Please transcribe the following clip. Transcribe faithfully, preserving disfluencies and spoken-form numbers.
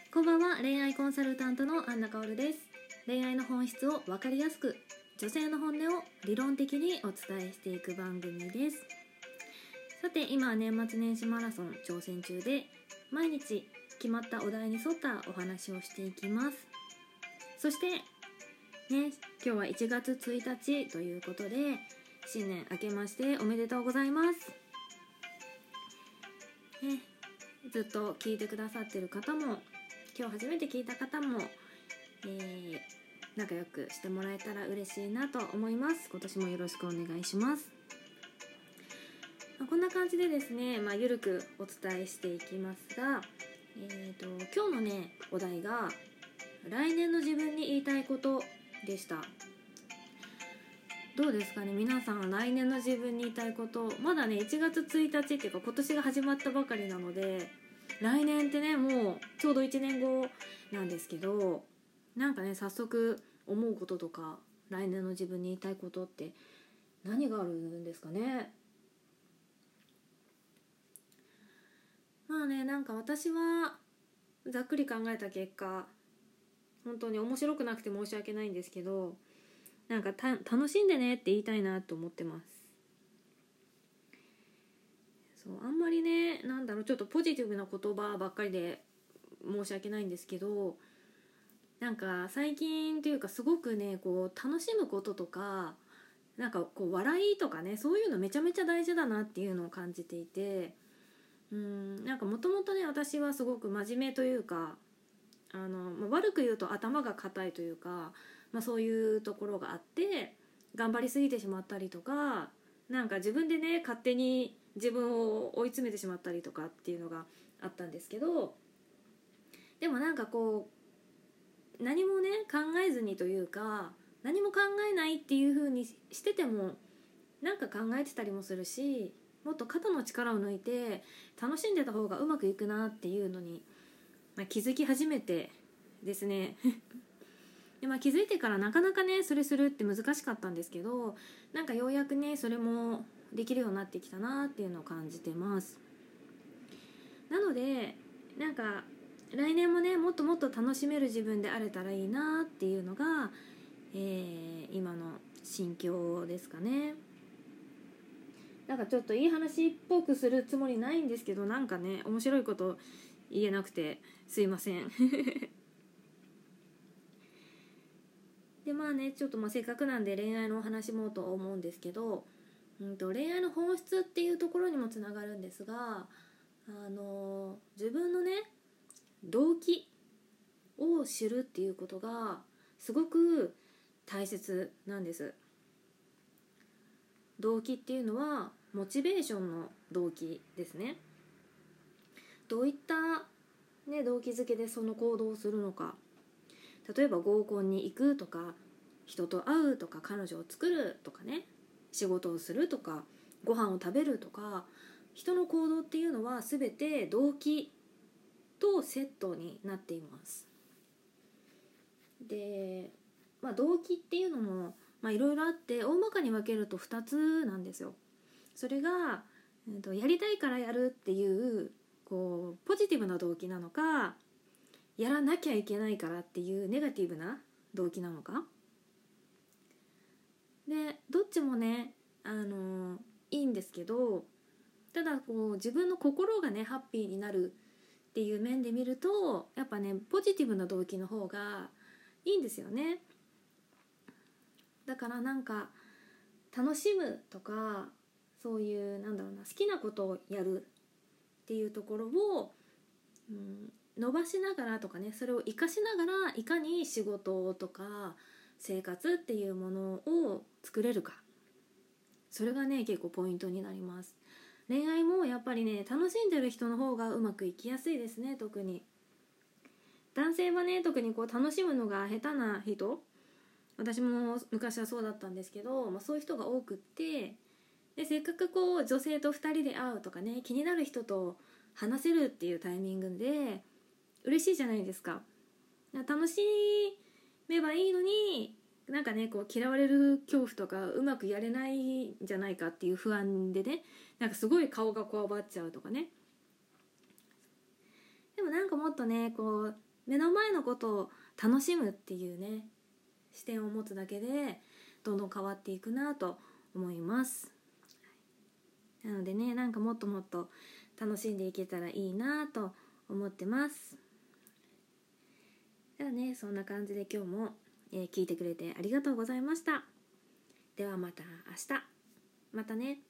こんばんは。恋愛コンサルタントのアンナカオルです。恋愛の本質を分かりやすく、女性の本音を理論的にお伝えしていく番組です。さて、今は年末年始マラソン挑戦中で、毎日決まったお題に沿ったお話をしていきます。そしてね、今日はいちがつついたちということで、新年明けましておめでとうございます。ね、ずっと聞いてくださってる方も、今日初めて聞いた方も、えー、仲良くしてもらえたら嬉しいなと思います。今年もよろしくお願いします。まあ、こんな感じでですね、まあ、ゆるくお伝えしていきますが、えーと、今日のね、お題が来年の自分に言いたいことでした。どうですかね、皆さん。来年の自分に言いたいこと、まだねいちがつついたちっていうか今年が始まったばかりなので、来年ってねもうちょうどいちねんごなんですけど、なんかね早速思うこととか、来年の自分に言いたいことって何があるんですかね。まあね、なんか私はざっくり考えた結果、本当に面白くなくて申し訳ないんですけど、なんかた楽しんでねって言いたいなと思ってます。そう、あんまりね、なんだろう、ちょっとポジティブな言葉ばっかりで申し訳ないんですけど、なんか最近というかすごくね、こう楽しむこととか、なんかこう笑いとかね、そういうのめちゃめちゃ大事だなっていうのを感じていて、うーんなんかもともとね、私はすごく真面目というか、あの、まあ、悪く言うと頭が固いというか、まあ、そういうところがあって、頑張りすぎてしまったりとか、なんか自分でね勝手に自分を追い詰めてしまったりとかっていうのがあったんですけど、でもなんかこう何もね考えずにというか、何も考えないっていう風にしててもなんか考えてたりもするし、もっと肩の力を抜いて楽しんでた方がうまくいくなっていうのに、まあ、気づき始めてですねで、まあ、気づいてからなかなかねそれするって難しかったんですけど、なんかようやくねそれもできるようになってきたなっていうのを感じてます。なのでなんか来年もねもっともっと楽しめる自分であれたらいいなっていうのが、えー、今の心境ですかね。なんかちょっといい話っぽくするつもりないんですけど、なんかね面白いこと言えなくてすいませんでまあね、ちょっとまあせっかくなんで恋愛のお話もと思うんですけど、うんと恋愛の本質っていうところにもつながるんですが、あの自分のね動機を知るっていうことがすごく大切なんです。動機っていうのはモチベーションの動機ですね。どういった、ね、動機づけでその行動をするのか。例えば合コンに行くとか、人と会うとか、彼女を作るとかね、仕事をするとか、ご飯を食べるとか、人の行動っていうのは全て動機とセットになっています。で、まあ、動機っていうのもいろいろあって、大まかに分けるとふたつなんですよ。それが、えーと、やりたいからやるっていうこうポジティブな動機なのか、やらなきゃいけないからっていうネガティブな動機なのかで、どっちもね、あのー、いいんですけど、ただこう自分の心がねハッピーになるっていう面で見ると、やっぱねポジティブな動機の方がいいんですよね。だからなんか楽しむとか、そういうなんだろうな、好きなことをやるっていうところを、うん、伸ばしながらとかね、それを活かしながらいかに仕事とか生活っていうものを作れるか、それがね結構ポイントになります。恋愛もやっぱりね楽しんでる人の方がうまくいきやすいですね。特に男性はね、特にこう楽しむのが下手な人、私も昔はそうだったんですけど、まあ、そういう人が多くって、でせっかくこう女性とふたりで会うとかね、気になる人と話せるっていうタイミングで嬉しいじゃないですか。楽しめばいいのに、なんかねこう嫌われる恐怖とか、うまくやれないんじゃないかっていう不安でね、なんかすごい顔がこわばっちゃうとかね。でもなんかもっとねこう目の前のことを楽しむっていうね視点を持つだけでどんどん変わっていくなと思います。なのでね、なんかもっともっと楽しんでいけたらいいなと思ってます。ではね、そんな感じで今日も、えー、聞いてくれてありがとうございました。ではまた明日。またね。